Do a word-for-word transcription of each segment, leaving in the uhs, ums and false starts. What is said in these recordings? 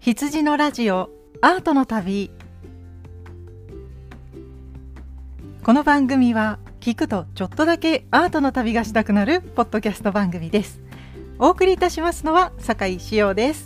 羊のラジオアートの旅。この番組は聞くとちょっとだけアートの旅がしたくなるポッドキャスト番組です。お送りいたしますのは酒井志陽です。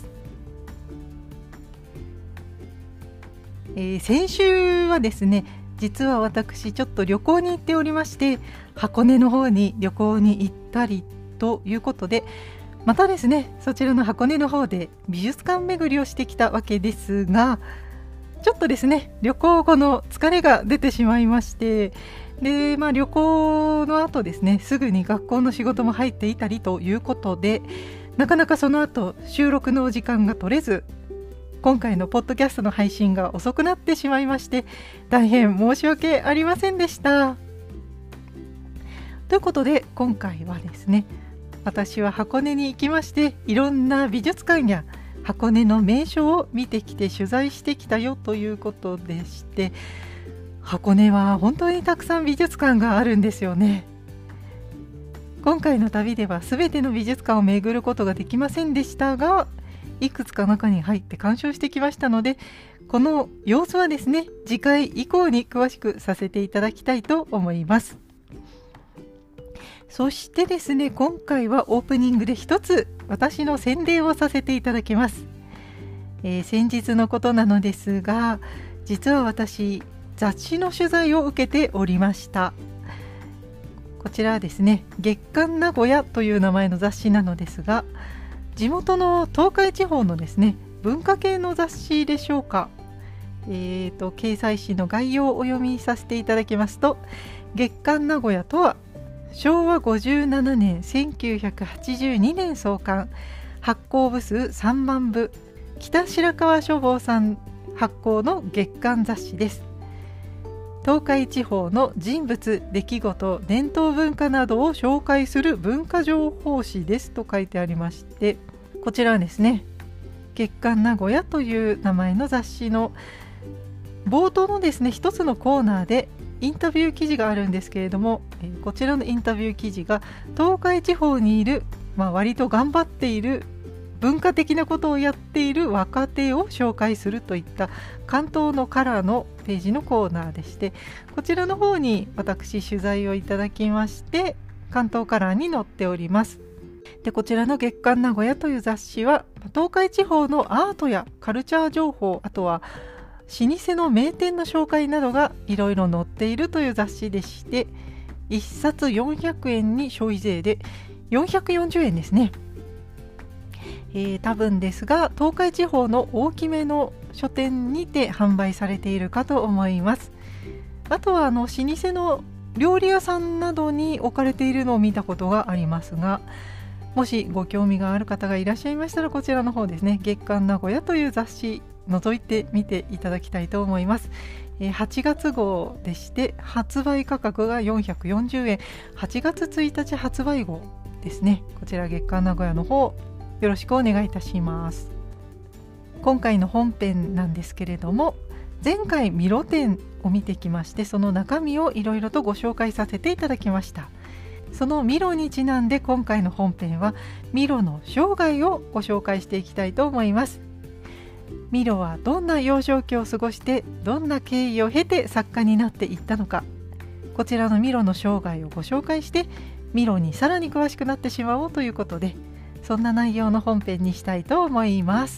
えー、先週はですね、実は私ちょっと旅行に行っておりまして、箱根の方に旅行に行ったりということで、またですね、そちらの箱根の方で美術館巡りをしてきたわけですが、ちょっとですね、旅行後の疲れが出てしまいまして、で、まあ、旅行の後ですね、すぐに学校の仕事も入っていたりということで、なかなかその後収録のお時間が取れず、今回のポッドキャストの配信が遅くなってしまいまして、大変申し訳ありませんでした。ということで、今回はですね、私は箱根に行きまして、いろんな美術館や箱根の名所を見てきて取材してきたよということでして、箱根は本当にたくさん美術館があるんですよね。今回の旅では全ての美術館を巡ることができませんでしたが、いくつか中に入って鑑賞してきましたので、この様子はですね、次回以降に詳しくさせていただきたいと思います。そしてですね、今回はオープニングで一つ私の宣伝をさせていただきます。えー、先日のことなのですが、実は私雑誌の取材を受けておりました。こちらはですね、月刊名古屋という名前の雑誌なのですが、地元の東海地方のですね、文化系の雑誌でしょうか。えーと、掲載誌の概要をお読みさせていただきますと、月刊名古屋とはしょうわごじゅうななねんせんきゅうひゃくはちじゅうにねん創刊、発行部数さんまんぶ、北白川書房さん発行の月刊雑誌です。東海地方の人物、出来事、伝統文化などを紹介する文化情報誌ですと書いてありまして、こちらはですね、月刊名古屋という名前の雑誌の冒頭のですね、一つのコーナーでインタビュー記事があるんですけれども、えー、こちらのインタビュー記事が東海地方にいる、まあ、割と頑張っている文化的なことをやっている若手を紹介するといった関東のカラーのページのコーナーでして、こちらの方に私取材をいただきまして、関東カラーに載っております。で、こちらの月刊名古屋という雑誌は東海地方のアートやカルチャー情報、あとは老舗の名店の紹介などがいろいろ載っているという雑誌でして、いっさつよんひゃくえんに消費税でよんひゃくよんじゅうえんですね。えー、多分ですが東海地方の大きめの書店にて販売されているかと思います。あとはあの老舗の料理屋さんなどに置かれているのを見たことがありますが、もしご興味がある方がいらっしゃいましたら、こちらの方ですね、月刊名古屋という雑誌覗いてみていただきたいと思います。はちがつ号でして、発売価格がよんひゃくよんじゅうえん、はちがつついたち発売号ですね。こちら月刊名古屋の方よろしくお願いいたします。今回の本編なんですけれども、前回ミロ展を見てきまして、その中身をいろいろとご紹介させていただきました。そのミロにちなんで今回の本編はミロの生涯をご紹介していきたいと思います。ミロはどんな幼少期を過ごして、どんな経緯を経て作家になっていったのか、こちらのミロの生涯をご紹介して、ミロにさらに詳しくなってしまおうということで、そんな内容の本編にしたいと思います。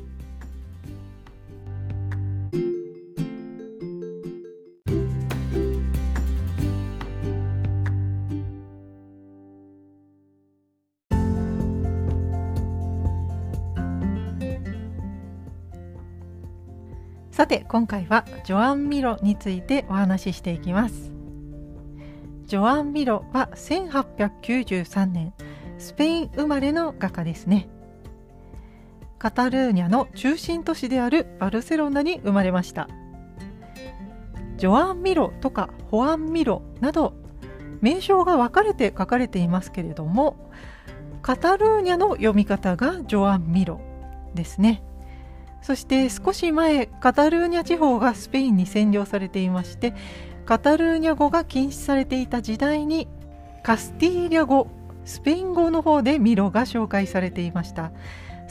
さて、今回はジョアン・ミロについてお話ししていきます。ジョアン・ミロはせんはっぴゃくきゅうじゅうさんねん、スペイン生まれの画家ですね。カタルーニャの中心都市であるバルセロナに生まれました。ジョアン・ミロとかホアン・ミロなど名称が分かれて書かれていますけれども、カタルーニャの読み方がジョアン・ミロですね。そして少し前、カタルーニャ地方がスペインに占領されていまして、カタルーニャ語が禁止されていた時代にカスティーリャ語、スペイン語の方でミロが紹介されていました。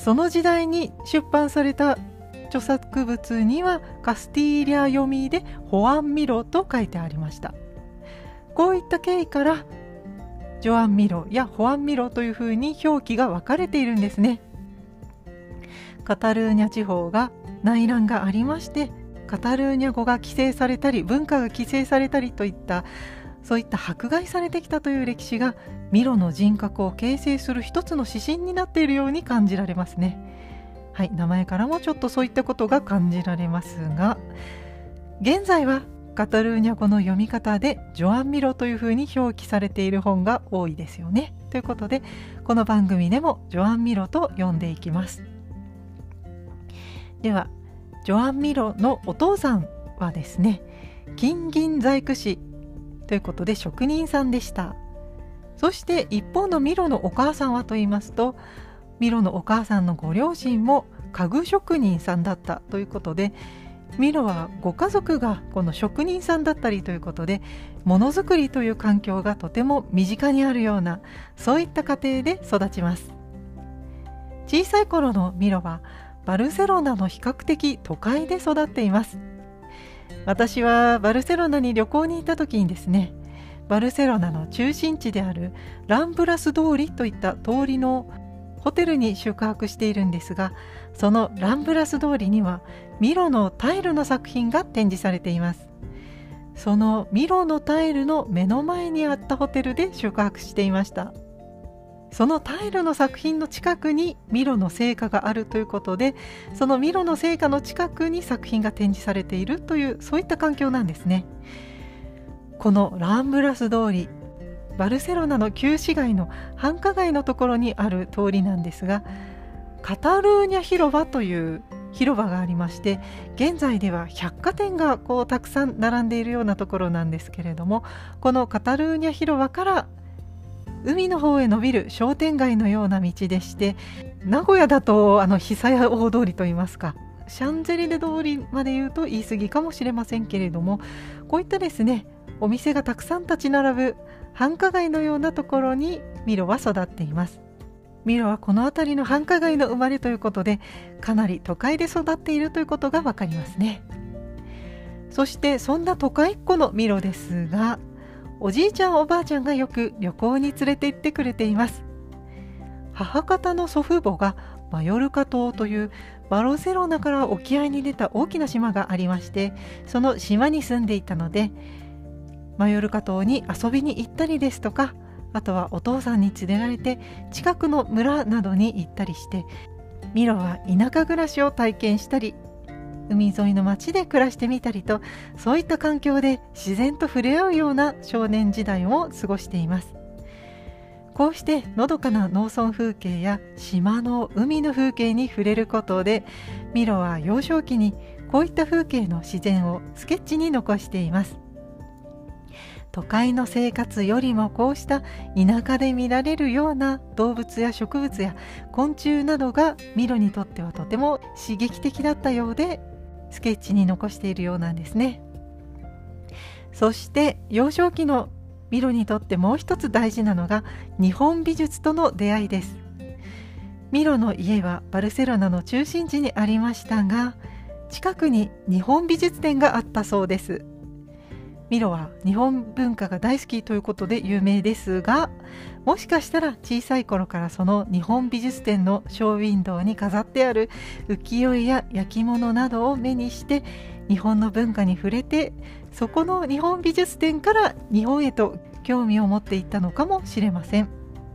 その時代に出版された著作物にはカスティーリャ読みでホアン・ミロと書いてありました。こういった経緯からジョアン・ミロやホアン・ミロというふうに表記が分かれているんですね。カタルーニャ地方が内乱がありまして、カタルーニャ語が規制されたり文化が規制されたりといったそういった迫害されてきたという歴史がミロの人格を形成する一つの指針になっているように感じられますね。はい、名前からもちょっとそういったことが感じられますが、現在はカタルーニャ語の読み方でジョアン・ミロというふうに表記されている本が多いですよね。ということでこの番組でもジョアン・ミロと呼んでいきます。ではジョアン・ミロのお父さんはですね、金銀細工師ということで職人さんでした。そして一方のミロのお母さんはと言いますと、ミロのお母さんのご両親も家具職人さんだったということで、ミロはご家族がこの職人さんだったりということで、ものづくりという環境がとても身近にあるような、そういった家庭で育ちます。小さい頃のミロはバルセロナの比較的都会で育っています。私はバルセロナに旅行に行った時にですね、バルセロナの中心地であるランブラス通りといった通りのホテルに宿泊しているんですが、そのランブラス通りにはミロのタイルの作品が展示されています。そのミロのタイルの目の前にあったホテルで宿泊していました。そのタイルの作品の近くにミロの生家があるということで、そのミロの生家の近くに作品が展示されているという、そういった環境なんですね。このランブラス通り、バルセロナの旧市街の繁華街のところにある通りなんですが、カタルーニャ広場という広場がありまして、現在では百貨店がこうたくさん並んでいるようなところなんですけれども、このカタルーニャ広場から海の方へ伸びる商店街のような道でして、名古屋だとあの久屋大通りといいますか、シャンゼリゼ通りまで言うと言い過ぎかもしれませんけれども、こういったですね、お店がたくさん立ち並ぶ繁華街のようなところにミロは育っています。ミロはこの辺りの繁華街の生まれということで、かなり都会で育っているということがわかりますね。そしてそんな都会っ子のミロですが、おじいちゃんおばあちゃんがよく旅行に連れて行ってくれています。母方の祖父母がマヨルカ島というバルセロナから沖合に出た大きな島がありまして、その島に住んでいたので、マヨルカ島に遊びに行ったりですとか、あとはお父さんに連れられて近くの村などに行ったりして、ミロは田舎暮らしを体験したり、海沿いの町で暮らしてみたりと、そういった環境で自然と触れ合うような少年時代を過ごしています。こうしてのどかな農村風景や島の海の風景に触れることで、ミロは幼少期にこういった風景の自然をスケッチに残しています。都会の生活よりもこうした田舎で見られるような動物や植物や昆虫などがミロにとってはとても刺激的だったようで、スケッチに残しているようなんですね。そして幼少期のミロにとってもう一つ大事なのが日本美術との出会いです。ミロの家はバルセロナの中心地にありましたが、近くに日本美術展があったそうです。ミロは日本文化が大好きということで有名ですが、もしかしたら小さい頃からその日本美術展のショーウィンドウに飾ってある浮世絵や焼き物などを目にして日本の文化に触れて、そこの日本美術展から日本へと興味を持っていったのかもしれません。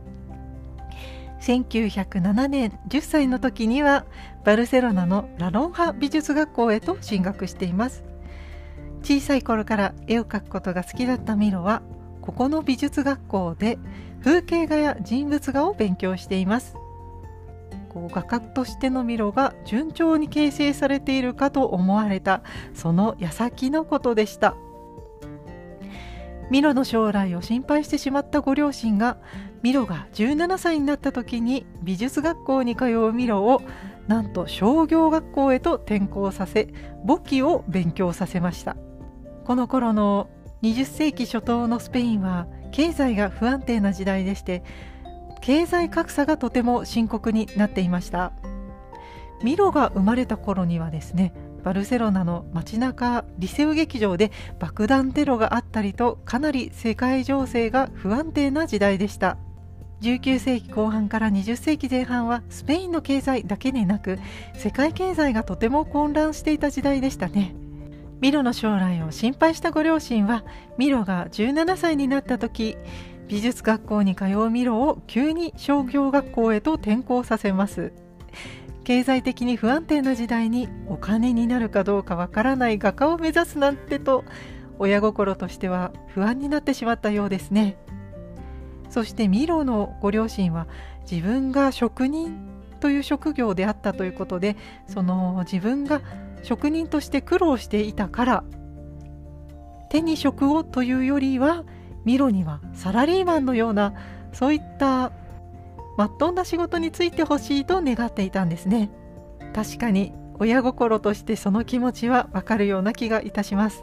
せんきゅうひゃくななねんじゅっさいの時にはバルセロナのラロンハ美術学校へと進学しています。小さい頃から絵を描くことが好きだったミロは、ここの美術学校で風景画や人物画を勉強しています。こう画家としてのミロが順調に形成されているかと思われたその矢先のことでした。ミロの将来を心配してしまったご両親が、ミロがじゅうななさいになった時に美術学校に通うミロをなんと商業学校へと転校させ、簿記を勉強させました。この頃のにじゅっせいき初頭のスペインは経済が不安定な時代でして、経済格差がとても深刻になっていました。 ミロが生まれた頃にはですね、バルセロナの街中リセウ劇場で爆弾テロがあったりと、かなり世界情勢が不安定な時代でした。じゅうきゅうせいきこう半からにじゅっせいきぜん半はスペインの経済だけでなく世界経済がとても混乱していた時代でしたね。ミロの将来を心配したご両親は、ミロがじゅうななさいになった時、美術学校に通うミロを急に商業学校へと転校させます。経済的に不安定な時代にお金になるかどうかわからない画家を目指すなんてと、親心としては不安になってしまったようですね。そしてミロのご両親は自分が職人という職業であったということで、その自分が職人として苦労していたから、手に職をというよりはミロにはサラリーマンのような、そういったまっとうな仕事に就いてほしいと願っていたんですね。確かに親心としてその気持ちはわかるような気がいたします。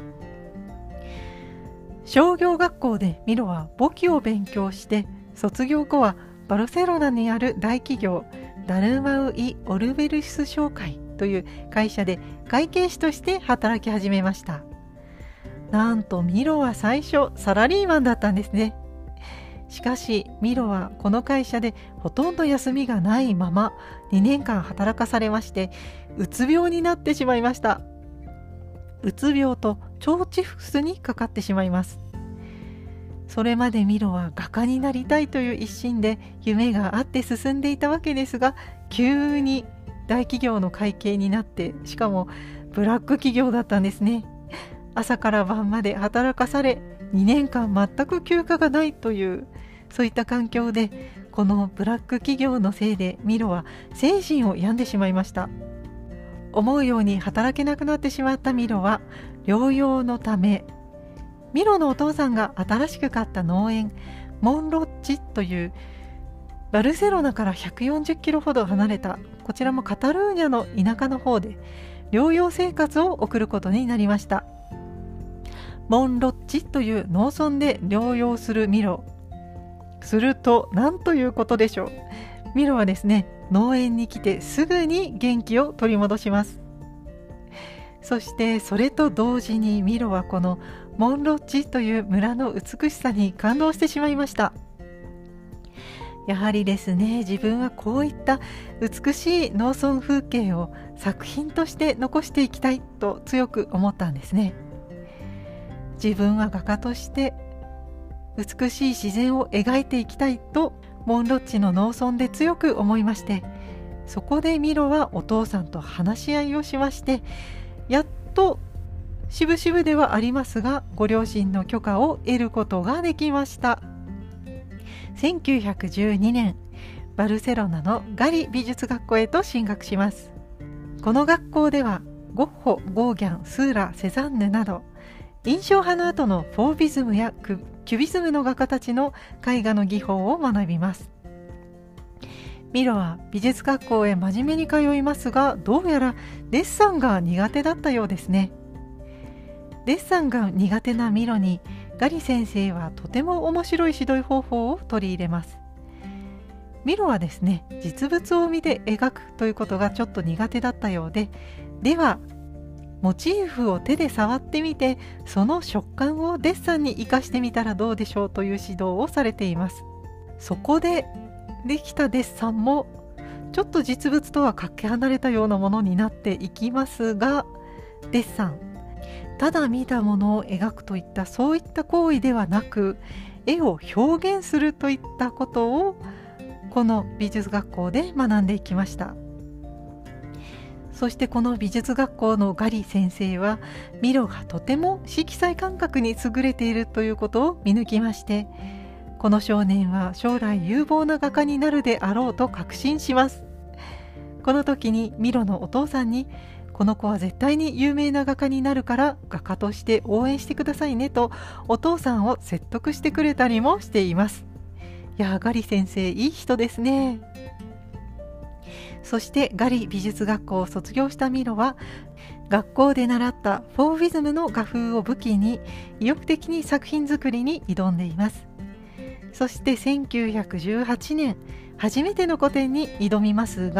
商業学校でミロは簿記を勉強して、卒業後はバルセロナにある大企業ダルマウイ・オルベルス商会という会社で会計士として働き始めました。なんとミロは最初サラリーマンだったんですね。しかしミロはこの会社でほとんど休みがないままにねんかん働かされまして、うつ病になってしまいました。うつ病と腸チフスにかかってしまいます。それまでミロは画家になりたいという一心で夢があって進んでいたわけですが、急に大企業の会計になって、しかもブラック企業だったんですね。朝から晩まで働かされ、にねんかん全く休暇がないという、そういった環境で、このブラック企業のせいでミロは精神を病んでしまいました。思うように働けなくなってしまったミロは療養のため、ミロのお父さんが新しく買った農園モンロッチというバルセロナからひゃくよんじゅっキロほど離れた、こちらもカタルーニャの田舎の方で療養生活を送ることになりました。モンロッチという農村で療養するミロ。すると何ということでしょう。ミロはですね、農園に来てすぐに元気を取り戻します。そしてそれと同時にミロはこのモンロッチという村の美しさに感動してしまいました。やはりですね、自分はこういった美しい農村風景を作品として残していきたいと強く思ったんですね。自分は画家として美しい自然を描いていきたいとモンロッチの農村で強く思いまして、そこでミロはお父さんと話し合いをしまして、やっと渋々ではありますがご両親の許可を得ることができました。せんきゅうひゃくじゅうにねん、バルセロナのガリ美術学校へと進学します。この学校ではゴッホ、ゴーギャン、スーラ、セザンヌなど印象派の後のフォービズムやキュビズムの画家たちの絵画の技法を学びます。ミロは美術学校へ真面目に通いますが、どうやらデッサンが苦手だったようですね。デッサンが苦手なミロにガリ先生はとても面白い指導方法を取り入れます。ミロはですね、実物を見て描くということがちょっと苦手だったようで、ではモチーフを手で触ってみて、その食感をデッサンに生かしてみたらどうでしょうという指導をされています。そこでできたデッサンもちょっと実物とはかけ離れたようなものになっていきますが、デッサン、ただ見たものを描くといったそういった行為ではなく、絵を表現するといったことをこの美術学校で学んでいきました。そしてこの美術学校のガリ先生はミロがとても色彩感覚に優れているということを見抜きまして、この少年は将来有望な画家になるであろうと確信します。この時にミロのお父さんに、この子は絶対に有名な画家になるから画家として応援してくださいねとお父さんを説得してくれたりもしています。いや、ガリ先生いい人ですね。そしてガリ美術学校を卒業したミロは学校で習ったフォービズムの画風を武器に意欲的に作品作りに挑んでいます。そしてせんきゅうひゃくじゅうはちねん初めての個展に挑みますが、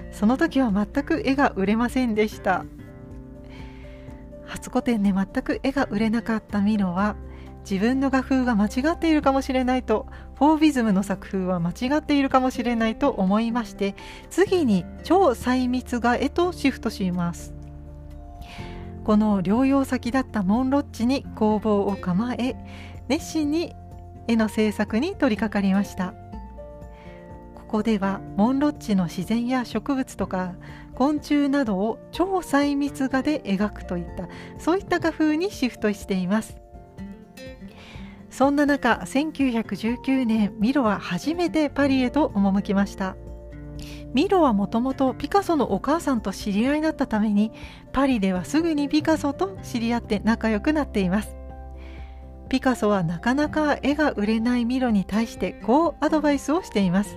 その時は全く絵が売れませんでした。初個展で全く絵が売れなかったミロは、自分の画風が間違っているかもしれないと、フォービズムの作風は間違っているかもしれないと思いまして、次に超細密画へとシフトします。この療養先だったモンロッチに工房を構え、熱心に絵の制作に取り掛かりました。ここではモンロッチの自然や植物とか昆虫などを超細密画で描くといった、そういった画風にシフトしています。そんな中、せんきゅうひゃくじゅうきゅうねん、ミロは初めてパリへと赴きました。ミロはもともとピカソのお母さんと知り合いだったために、パリではすぐにピカソと知り合って仲良くなっています。ピカソはなかなか絵が売れないミロに対してこうアドバイスをしています。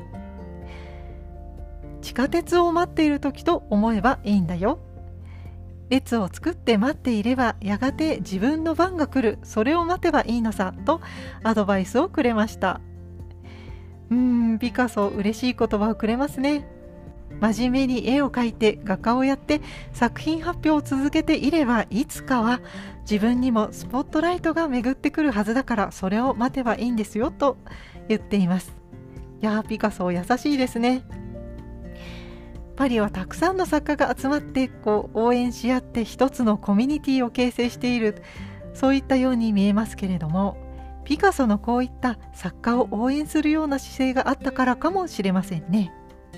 地下鉄を待っている時と思えばいいんだよ。列を作って待っていればやがて自分の番が来る、それを待てばいいのさとアドバイスをくれました。うーん、ピカソ嬉しい言葉をくれますね。真面目に絵を描いて画家をやって作品発表を続けていれば、いつかは自分にもスポットライトが巡ってくるはずだから、それを待てばいいんですよと言っています。いやー、ピカソ優しいですね。パリはたくさんの作家が集まってこう応援し合って一つのコミュニティを形成している、そういったように見えますけれども、ピカソのこういった作家を応援するような姿勢があったからかもしれませんね。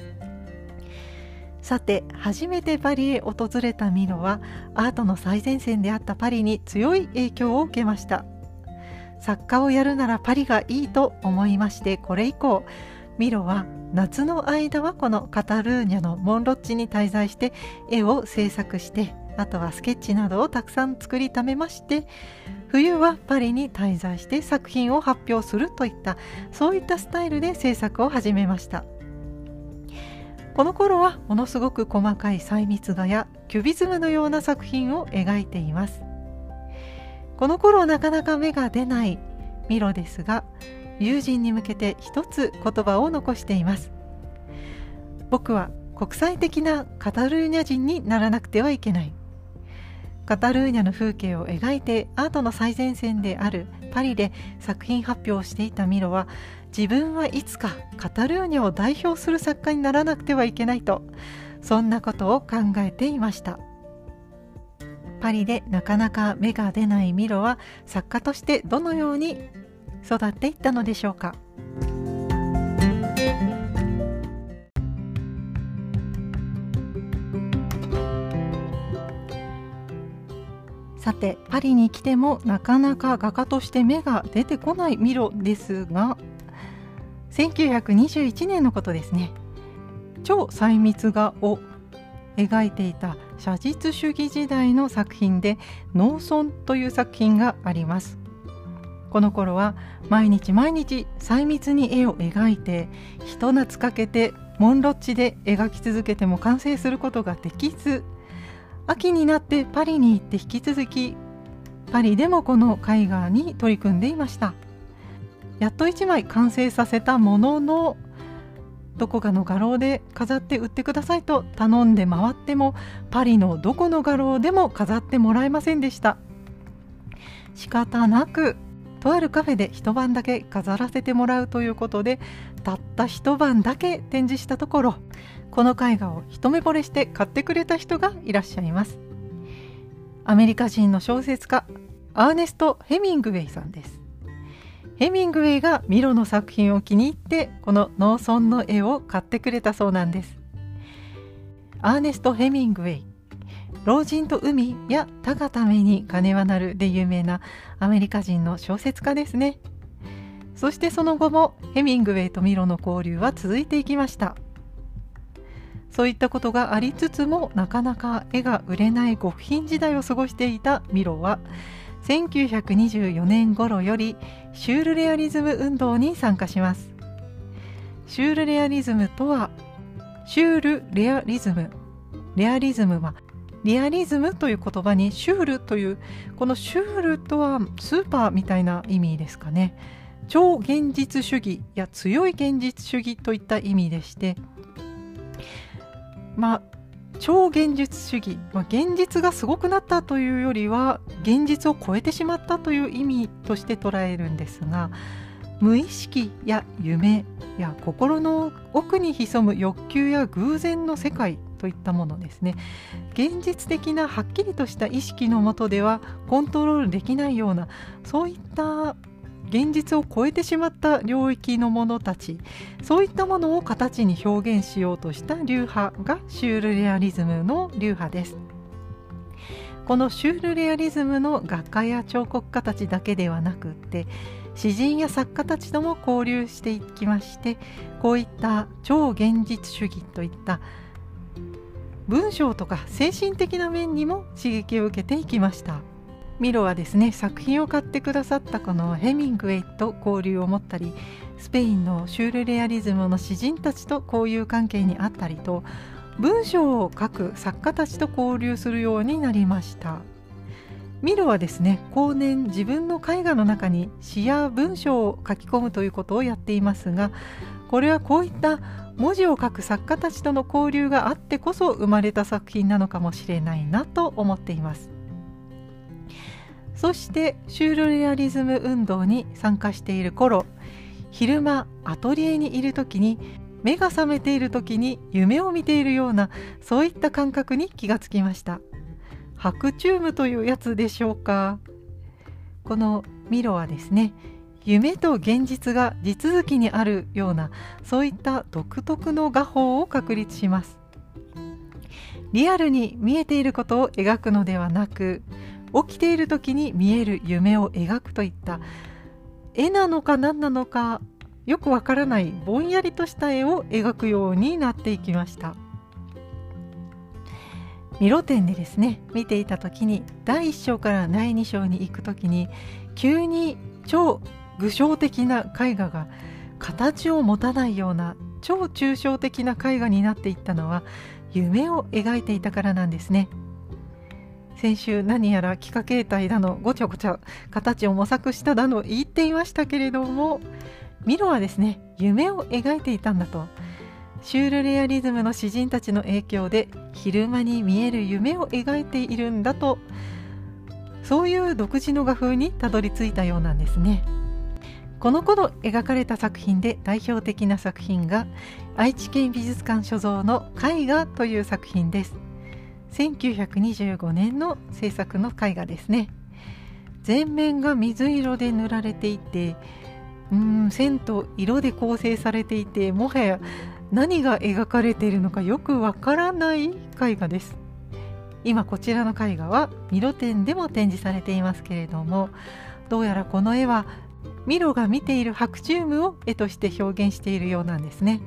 さて、初めてパリへ訪れたミロはアートの最前線であったパリに強い影響を受けました。作家をやるならパリがいいと思いまして、これ以降ミロは夏の間はこのカタルーニャのモンロッチに滞在して絵を制作して、あとはスケッチなどをたくさん作りためまして、冬はパリに滞在して作品を発表するといった、そういったスタイルで制作を始めました。この頃はものすごく細かい細密画やキュビズムのような作品を描いています。この頃なかなか芽が出ないミロですが、友人に向けて一つ言葉を残しています。僕は国際的なカタルーニャ人にならなくてはいけない。カタルーニャの風景を描いてアートの最前線であるパリで作品発表をしていたミロは、自分はいつかカタルーニャを代表する作家にならなくてはいけないと、そんなことを考えていました。パリでなかなか芽が出ないミロは作家としてどのように育っていったのでしょうか。さて、パリに来てもなかなか画家として芽が出てこないミロですが、せんきゅうひゃくにじゅういちねんのことですね。超細密画を描いていた写実主義時代の作品で農村という作品があります。この頃は毎日毎日細密に絵を描いて、ひと夏かけてモンロッチで描き続けても完成することができず、秋になってパリに行って引き続きパリでもこの絵画に取り組んでいました。やっといちまい完成させたものの、どこかの画廊で飾って売ってくださいと頼んで回っても、パリのどこの画廊でも飾ってもらえませんでした。仕方なくとあるカフェで一晩だけ飾らせてもらうということで、たった一晩だけ展示したところ、この絵画を一目惚れして買ってくれた人がいらっしゃいます。アメリカ人の小説家アーネスト・ヘミングウェイさんです。ヘミングウェイがミロの作品を気に入ってこの農村の絵を買ってくれたそうなんです。アーネスト・ヘミングウェイ、老人と海や他がために金はなるで有名なアメリカ人の小説家ですね。そしてその後もヘミングウェイとミロの交流は続いていきました。そういったことがありつつも、なかなか絵が売れない極貧時代を過ごしていたミロはせんきゅうひゃくにじゅうよねん頃よりシュールレアリズム運動に参加します。シュールレアリズムとは、シュールレアリズム、レアリズムはリアリズムという言葉にシュールという、このシュールとはスーパーみたいな意味ですかね。超現実主義や強い現実主義といった意味でして、 まあ超現実主義、まあ、現実がすごくなったというよりは現実を超えてしまったという意味として捉えるんですが、無意識や夢や心の奥に潜む欲求や偶然の世界といったものですね。現実的なはっきりとした意識の下ではコントロールできないような、そういった現実を超えてしまった領域のものたち、そういったものを形に表現しようとした流派がシュールレアリズムの流派です。このシュールレアリズムの画家や彫刻家たちだけではなくって、詩人や作家たちとも交流していきまして、こういった超現実主義といった文章とか精神的な面にも刺激を受けていきました。ミロはですね、作品を買ってくださったこのヘミングウェイと交流を持ったり、スペインのシュールレアリズムの詩人たちと交友関係にあったりと、文章を書く作家たちと交流するようになりました。ミロはですね、後年自分の絵画の中に詩や文章を書き込むということをやっていますが、これはこういった文字を書く作家たちとの交流があってこそ生まれた作品なのかもしれないなと思っています。そしてシュールレアリズム運動に参加している頃、昼間アトリエにいる時に目が覚めている時に夢を見ているような、そういった感覚に気がつきました。白チュームというやつでしょうか。このミロはですね、夢と現実が地続きにあるような、そういった独特の画法を確立します。リアルに見えていることを描くのではなく、起きている時に見える夢を描くといった、絵なのか何なのかよくわからないぼんやりとした絵を描くようになっていきました。ミロ展でですね、見ていた時にだいいっ章からだいに章に行く時に急に超具象的な絵画が形を持たないような超抽象的な絵画になっていったのは、夢を描いていたからなんですね。先週何やら幾何形態だのごちゃごちゃ形を模索しただの言っていましたけれども、ミロはですね、夢を描いていたんだと。シュールレアリズムの詩人たちの影響で昼間に見える夢を描いているんだと、そういう独自の画風にたどり着いたようなんですね。この頃描かれた作品で代表的な作品が愛知県美術館所蔵の絵画という作品です。せんきゅうひゃくにじゅうごねんの制作の絵画ですね。全面が水色で塗られていて、うーん線と色で構成されていて、もはや何が描かれているのかよくわからない絵画です。今こちらの絵画はミロ展でも展示されていますけれども、どうやらこの絵はミロが見ている白チュームを絵として表現しているようなんですね。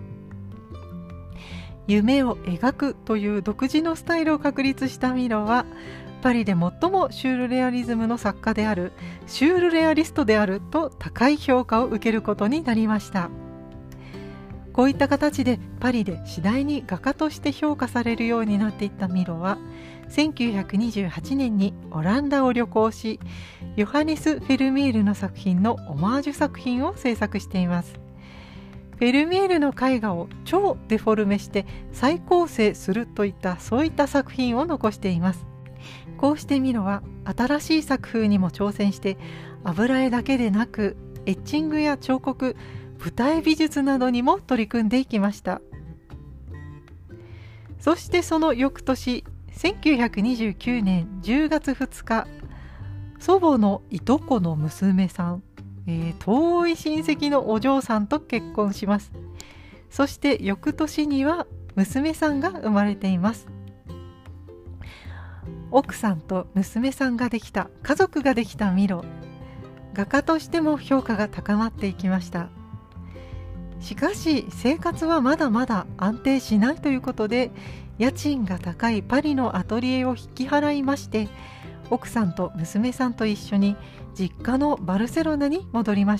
夢を描くという独自のスタイルを確立したミロは、パリで最もシュールレアリズムの作家であるシュールレアリストであると高い評価を受けることになりました。こういった形でパリで次第に画家として評価されるようになっていったミロは、せんきゅうひゃくにじゅうはちねんにオランダを旅行し、ヨハネス・フェルメールの作品のオマージュ作品を制作しています。フェルメールの絵画を超デフォルメして再構成するといった、そういった作品を残しています。こうしてミロは新しい作風にも挑戦して、油絵だけでなくエッチングや彫刻、舞台美術などにも取り組んでいきました。そしてその翌年、せんきゅうひゃくにじゅうきゅうねんじゅうがつふつか、祖母のいとこの娘さん、えー、遠い親戚のお嬢さんと結婚します。そして翌年には娘さんが生まれています。奥さんと娘さんができた、家族ができたミロ、画家としても評価が高まっていきました。しかし生活はまだまだ安定しないということで、家賃が高いパリのアトリエを引き払いまして、奥さんと娘さんと一緒に実家のバルセロナに戻りました。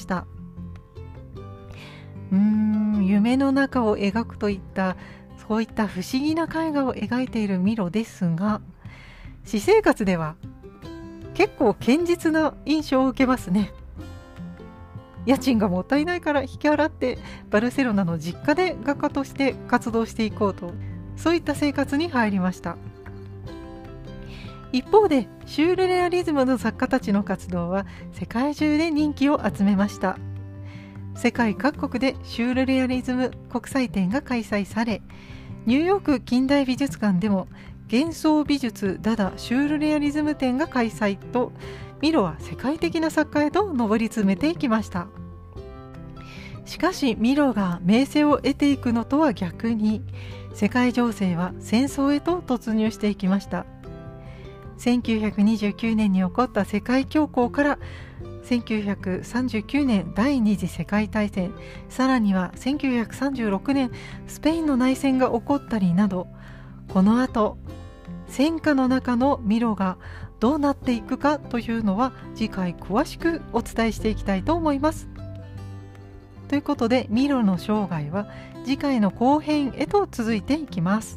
うーん夢の中を描くといった、そういった不思議な絵画を描いているミロですが、私生活では結構堅実な印象を受けますね。家賃がもったいないから引き払ってバルセロナの実家で画家として活動していこうと。 そういった生活に入りました。一方でシュールレアリズムの作家たちの活動は世界中で人気を集めました。世界各国でシュールレアリズム国際展が開催され、ニューヨーク近代美術館でも幻想美術ダダシュールレアリズム展が開催と、ミロは世界的な作家へと上り詰めていきました。しかしミロが名声を得ていくのとは逆に、世界情勢は戦争へと突入していきました。せんきゅうひゃくにじゅうきゅうねんに起こった世界恐慌からせんきゅうひゃくさんじゅうきゅうねん第二次世界大戦、さらにはせんきゅうひゃくさんじゅうろくねんスペインの内戦が起こったりなど、この後戦火の中のミロがどうなっていくかというのは次回詳しくお伝えしていきたいと思います。ということで、ミロの生涯は次回の後編へと続いていきます。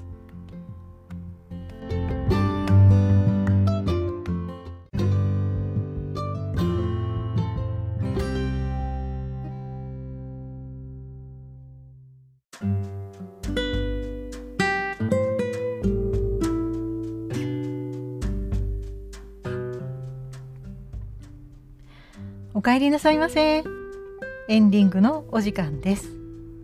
お帰りなさいませ。エンディングのお時間です。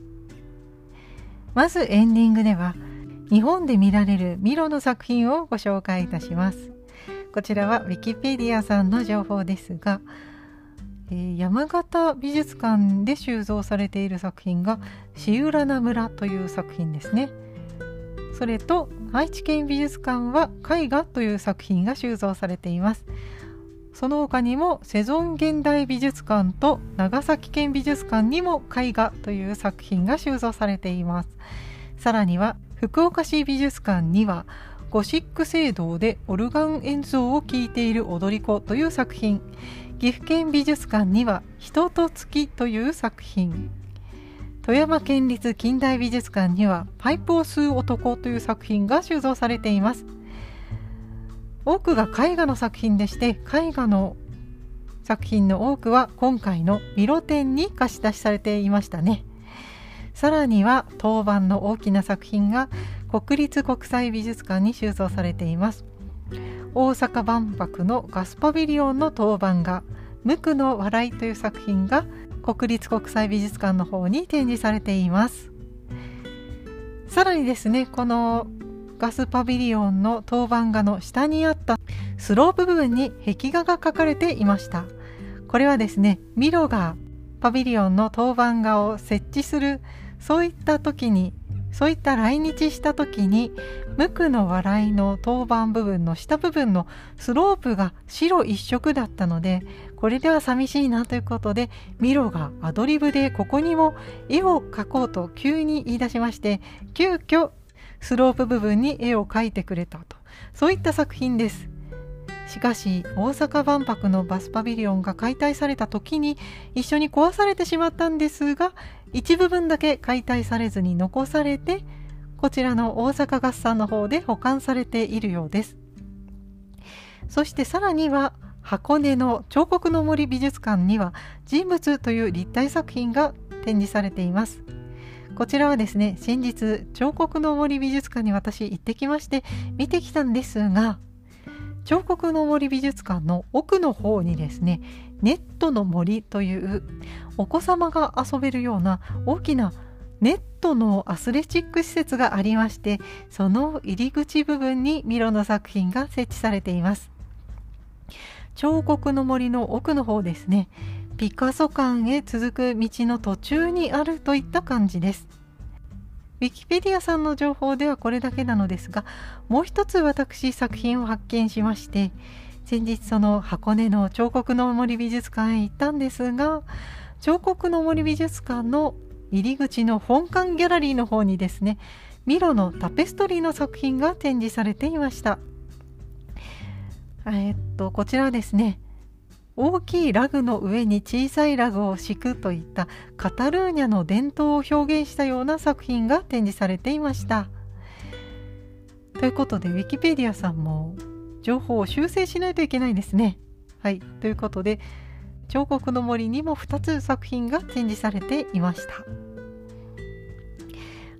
まずエンディングでは日本で見られるミロの作品をご紹介いたします。こちらはウィキペディアさんの情報ですが、えー、山形美術館で収蔵されている作品がシウラナ村という作品ですね。それと愛知県美術館は絵画という作品が収蔵されています。その他にもセゾン現代美術館と長崎県美術館にも絵画という作品が収蔵されています。さらには福岡市美術館にはゴシック聖堂でオルガン演奏を聴いている踊り子という作品、岐阜県美術館には人と月という作品、富山県立近代美術館にはパイプを吸う男という作品が収蔵されています。多くが絵画の作品でして、絵画の作品の多くは今回のミロ展に貸し出しされていましたね。さらには陶板の大きな作品が国立国際美術館に収蔵されています。大阪万博のガスパビリオンの陶板画無垢の笑いという作品が国立国際美術館の方に展示されています。さらにですね、このガスパビリオンの陶板画の下にあったスロープ部分に壁画が描かれていました。これはですね、ミロがパビリオンの陶板画を設置する、そういった時にそういった来日した時に無垢の笑いの陶板部分の下部分のスロープが白一色だったので、これでは寂しいなということで、ミロがアドリブでここにも絵を描こうと急に言い出しまして、急遽スロープ部分に絵を描いてくれたと、そういった作品です。しかし大阪万博のバスパビリオンが解体された時に一緒に壊されてしまったんですが、一部分だけ解体されずに残されて、こちらの大阪合算の方で保管されているようです。そしてさらには箱根の彫刻の森美術館には人物という立体作品が展示されています。こちらはですね、先日彫刻の森美術館に私行ってきまして見てきたんですが、彫刻の森美術館の奥の方にですね、ネットの森というお子様が遊べるような大きなネットのアスレチック施設がありまして、その入り口部分にミロの作品が設置されています。彫刻の森の奥の方ですね、ピカソ館へ続く道の途中にあるといった感じです。ウィキペディアさんの情報ではこれだけなのですが、もう一つ私作品を発見しまして、先日その箱根の彫刻の森美術館へ行ったんですが、彫刻の森美術館の入り口の本館ギャラリーの方にですね、ミロのタペストリーの作品が展示されていました。えー、っとこちらはですね、大きいラグの上に小さいラグを敷くといったカタルーニャの伝統を表現したような作品が展示されていました。ということでウィキペディアさんも情報を修正しないといけないですね。はい、ということで彫刻の森にもふたつ作品が展示されていました。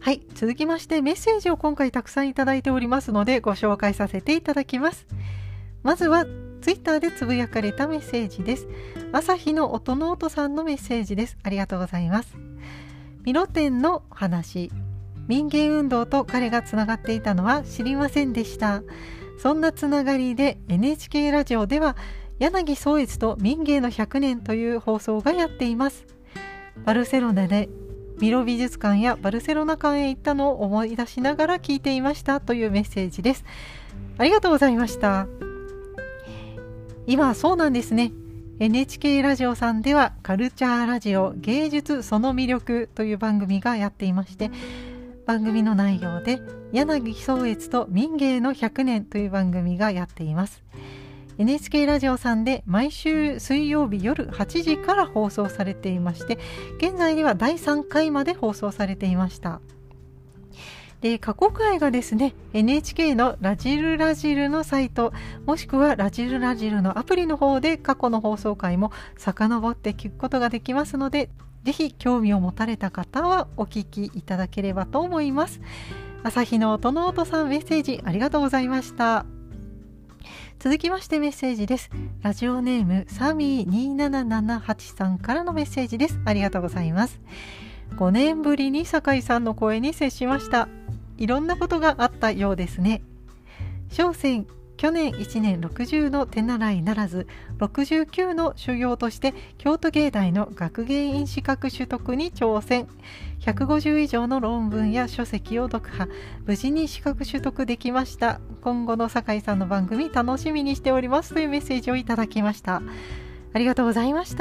はい、続きましてメッセージを今回たくさんいただいておりますのでご紹介させていただきます。まずはツイッターでつぶやかれたメッセージです。朝日の音の音さんのメッセージです。ありがとうございます。ミロ展の話、民芸運動と彼がつながっていたのは知りませんでした。そんなつながりで エヌエイチケー ラジオでは柳宗悦と民芸のひゃくねんという放送がやっています。バルセロナでミロ美術館やバルセロナ館へ行ったのを思い出しながら聞いていましたというメッセージです。ありがとうございました。今そうなんですね。エヌエイチケー ラジオさんではカルチャーラジオ芸術その魅力という番組がやっていまして、番組の内容で柳宗悦と民芸のひゃくねんという番組がやっています。エヌエイチケー ラジオさんで毎週水曜日夜はちじから放送されていまして、現在ではだいさんかいまで放送されていました。で、過去回がですね エヌエイチケー のラジルラジルのサイト、もしくはラジルラジルのアプリの方で過去の放送回も遡って聞くことができますので、ぜひ興味を持たれた方はお聞きいただければと思います。朝日の音の音さん、メッセージありがとうございました。続きましてメッセージです。ラジオネームサミーにーななななはちさんからのメッセージです。ありがとうございます。ごねんぶりに酒井さんの声に接しました。いろんなことがあったようですね。商船去年いちねんろくじゅうの手習いならずろくじゅうきゅうの修行として京都芸大の学芸員資格取得に挑戦。ひゃくごじゅう以上の論文や書籍を読破、無事に資格取得できました。今後の酒井さんの番組楽しみにしておりますというメッセージをいただきました。ありがとうございました。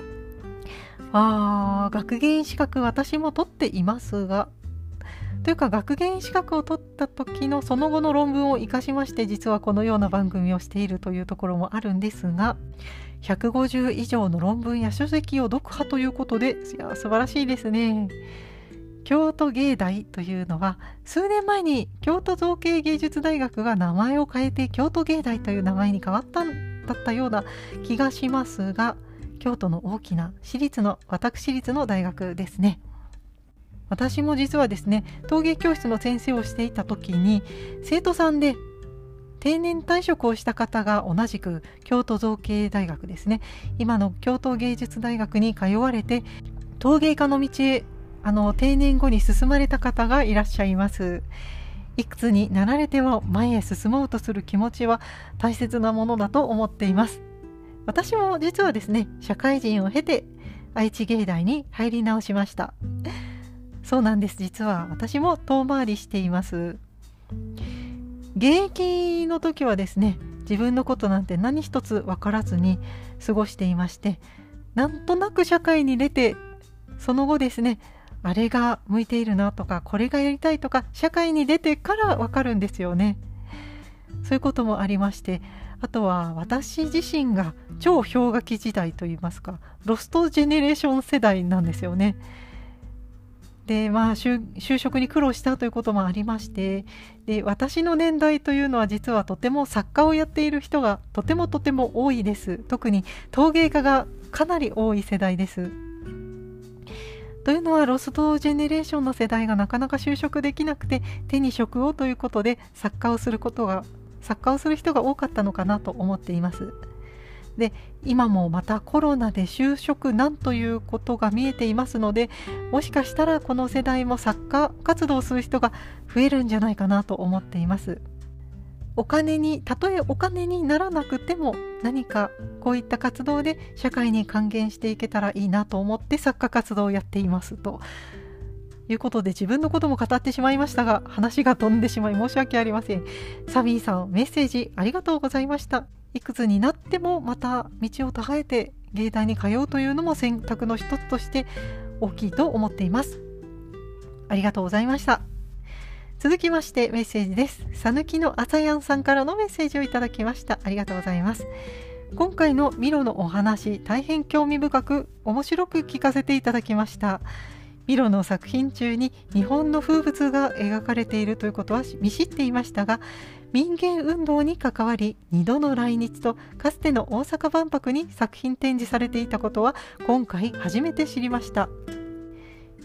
あー、学芸員資格私も取っていますが、というか学芸員資格を取った時のその後の論文を生かしまして、実はこのような番組をしているというところもあるんですが、ひゃくごじゅう以上の論文や書籍を読破ということで、いや素晴らしいですね。京都芸大というのは数年前に京都造形芸術大学が名前を変えて京都芸大という名前に変わったんだったような気がしますが、京都の大きな私立の私立の大学ですね。私も実はですね、陶芸教室の先生をしていた時に生徒さんで定年退職をした方が同じく京都造形大学ですね、今の京都芸術大学に通われて陶芸家の道へあの定年後に進まれた方がいらっしゃいます。いくつになられても前へ進もうとする気持ちは大切なものだと思っています。私も実はですね、社会人を経て愛知芸大に入り直しました。そうなんです。実は私も遠回りしています。現役の時はですね、自分のことなんて何一つ分からずに過ごしていまして、なんとなく社会に出て、その後ですね、あれが向いているなとかこれがやりたいとか社会に出てから分かるんですよね。そういうこともありまして、あとは私自身が超氷河期時代といいますか、ロストジェネレーション世代なんですよね。でまあ、就, 就職に苦労したということもありまして、で私の年代というのは実はとても作家をやっている人がとてもとても多いです。特に陶芸家がかなり多い世代です。というのはロストジェネレーションの世代がなかなか就職できなくて手に職をということで作家をすることが作家をする人が多かったのかなと思っています。で今もまたコロナで就職難ということが見えていますので、もしかしたらこの世代も作家活動をする人が増えるんじゃないかなと思っています。お金にたとえお金にならなくても何かこういった活動で社会に還元していけたらいいなと思って作家活動をやっていますということで、自分のことも語ってしまいましたが話が飛んでしまい申し訳ありません。サミーさん、メッセージありがとうございました。いくつになってもまた道を違えて芸大に通うというのも選択の一つとして大きいと思っています。ありがとうございました。続きましてメッセージです。さぬきのあさやんさんからのメッセージをいただきました。ありがとうございます。今回のミロのお話、大変興味深く面白く聞かせていただきました。ミロの作品中に日本の風物が描かれているということは見知っていましたが、民芸運動に関わりにどの来日とかつての大阪万博に作品展示されていたことは今回初めて知りました。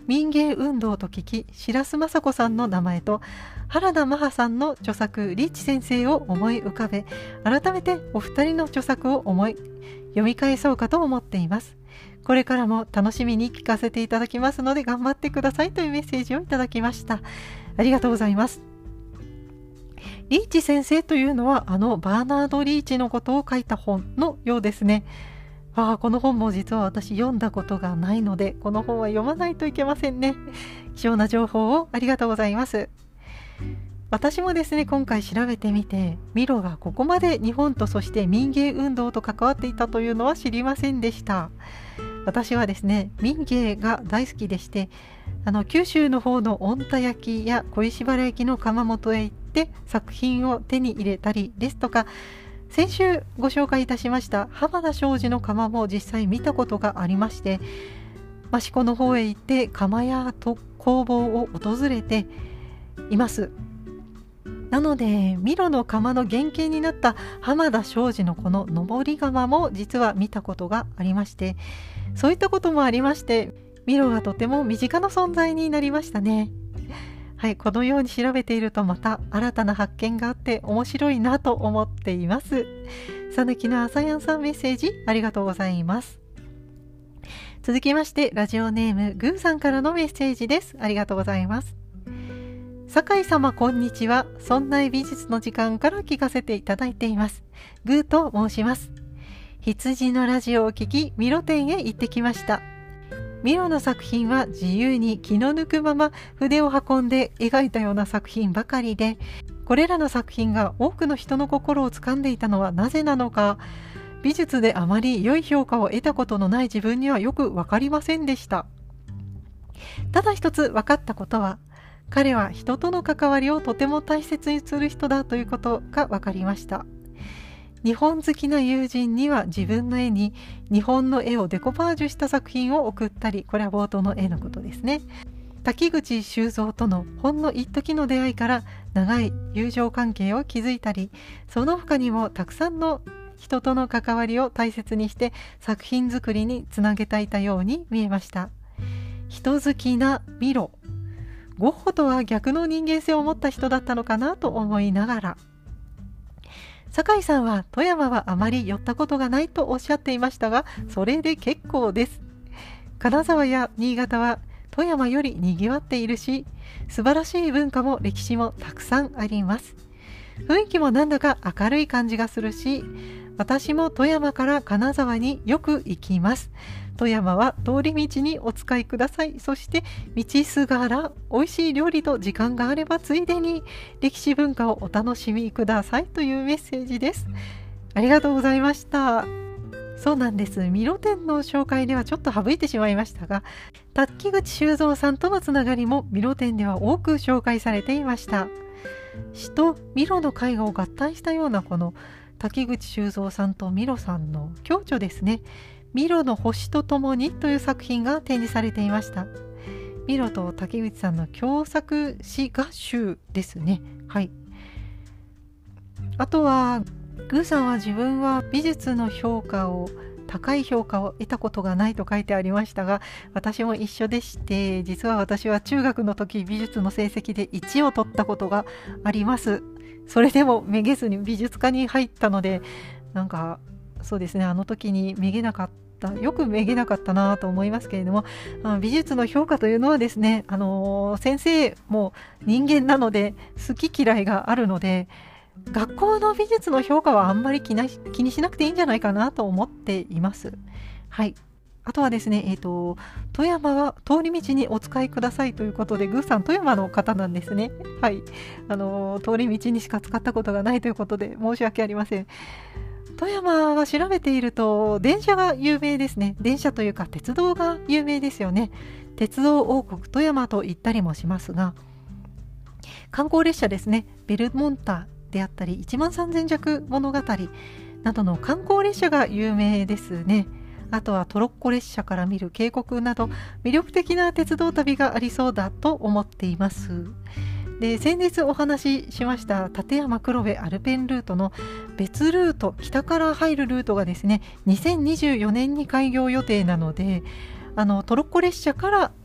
民芸運動と聞き、白洲雅子さんの名前と原田マハさんの著作リーチ先生を思い浮かべ、改めてお二人の著作を思い読み返そうかと思っています。これからも楽しみに聞かせていただきますので頑張ってくださいというメッセージをいただきました。ありがとうございます。リーチ先生というのはあのバーナード・リーチのことを書いた本のようですね。ああ、この本も実は私読んだことがないので、この本は読まないといけませんね。貴重な情報をありがとうございます。私もですね、今回調べてみて、ミロがここまで日本とそして民芸運動と関わっていたというのは知りませんでした。私はですね、民芸が大好きでして、あの九州の方の御田焼や小石原焼の窯元へ行って作品を手に入れたりですとか、先週ご紹介いたしました浜田庄司の窯も実際見たことがありまして、益子の方へ行って窯屋と工房を訪れています。なのでミロの窯の原型になった浜田庄司のこの上り窯も実は見たことがありまして、そういったこともありましてミロがとても身近な存在になりましたね。はい、このように調べているとまた新たな発見があって面白いなと思っています。さぬきのあさやんさん、メッセージありがとうございます。続きましてラジオネームグーさんからのメッセージです。ありがとうございます。酒井様こんにちは。そんな美術の時間から聞かせていただいています。グーと申します。羊のラジオを聞きミロ展へ行ってきました。ミロの作品は自由に気の抜くまま筆を運んで描いたような作品ばかりで、これらの作品が多くの人の心を掴んでいたのはなぜなのか、美術であまり良い評価を得たことのない自分にはよく分かりませんでした。ただ一つ分かったことは、彼は人との関わりをとても大切にする人だということが分かりました。日本好きな友人には自分の絵に日本の絵をデコパージュした作品を送ったり、これは冒頭の絵のことですね。滝口修造とのほんの一時の出会いから長い友情関係を築いたり、その他にもたくさんの人との関わりを大切にして作品作りにつなげていたように見えました。人好きなミロ、ゴッホとは逆の人間性を持った人だったのかなと思いながら、酒井さんは富山はあまり寄ったことがないとおっしゃっていましたが、それで結構です。金沢や新潟は富山よりにぎわっているし、素晴らしい文化も歴史もたくさんあります。雰囲気もなんだか明るい感じがするし、私も富山から金沢によく行きます。富山は通り道にお使いください。そして道すがら美味しい料理と時間があればついでに歴史文化をお楽しみくださいというメッセージです。ありがとうございました。そうなんです。ミロ展の紹介ではちょっと省いてしまいましたが、滝口修造さんとのつながりもミロ展では多く紹介されていました。詩とミロの絵画を合体したようなこの滝口修造さんとミロさんの共著ですね。ミロの星とともにという作品が展示されていました。ミロと滝口さんの共作詩画集ですね。はい。あとはグーさんは自分は美術の評価を高い評価を得たことがないと書いてありましたが、私も一緒でして、実は私は中学の時美術の成績でいちを取ったことがあります。それでもめげずに美術科に入ったので、なんかそうですね、あの時にめげなかったよくめげなかったなと思いますけれども、美術の評価というのはですね、あのー、先生も人間なので好き嫌いがあるので、学校の美術の評価はあんまり気な気にしなくていいんじゃないかなと思っています。はい。あとはですね、えーと、富山は通り道にお使いくださいということで、グーさん富山の方なんですね。はい。あのー、通り道にしか使ったことがないということで申し訳ありません。富山は調べていると電車が有名ですね。電車というか鉄道が有名ですよね。鉄道王国富山と言ったりもしますが、観光列車ですね、ベルモンタであったりいちまんさんぜんじゃく物語などの観光列車が有名ですね。あとはトロッコ列車から見る渓谷など魅力的な鉄道旅がありそうだと思っています。で、先日お話ししました立山黒部アルペンルートの別ルート、北から入るルートがですねにせんにじゅうよねんに開業予定なので、あのトロッコ列車から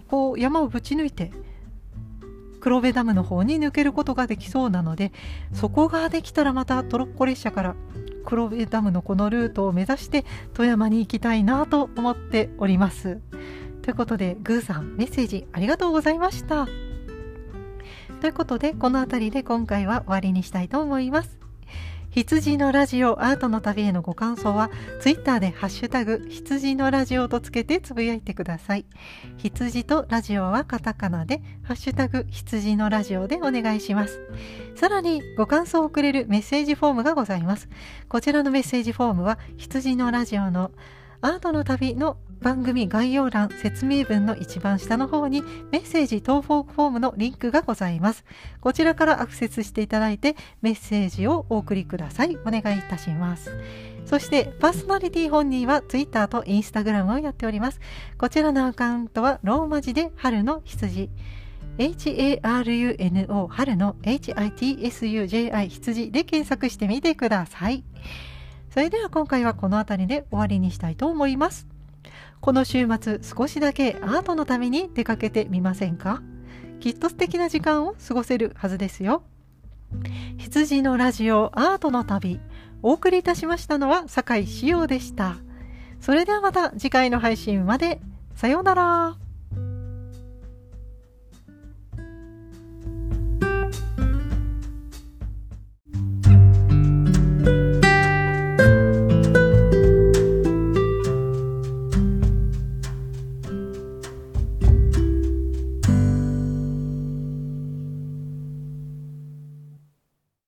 こう山をぶち抜いて黒部ダムの方に抜けることができそうなので、そこができたらまたトロッコ列車から黒部ダムのこのルートを目指して富山に行きたいなと思っております。ということでグーさんメッセージありがとうございました。ということでこの辺りで今回は終わりにしたいと思います。羊のラジオアートの旅へのご感想はツイッターでハッシュタグ羊のラジオとつけてつぶやいてください。羊とラジオはカタカナでハッシュタグ羊のラジオでお願いします。さらにご感想をくれるメッセージフォームがございます。こちらのメッセージフォームは羊のラジオのアートの旅の番組概要欄説明文の一番下の方にメッセージ投稿フォームのリンクがございます。こちらからアクセスしていただいてメッセージをお送りください。お願いいたします。そしてパーソナリティ本人は Twitter と Instagram をやっております。こちらのアカウントはローマ字で春の羊エイチエーアールユーエヌオー 春の エイチアイティーエスユージェーアイ 羊で検索してみてください。それでは今回はこの辺りで終わりにしたいと思います。この週末少しだけアートのために出かけてみませんか？きっと素敵な時間を過ごせるはずですよ。羊のラジオアートの旅、お送りいたしましたのは酒井志陽でした。それではまた次回の配信まで。さようなら。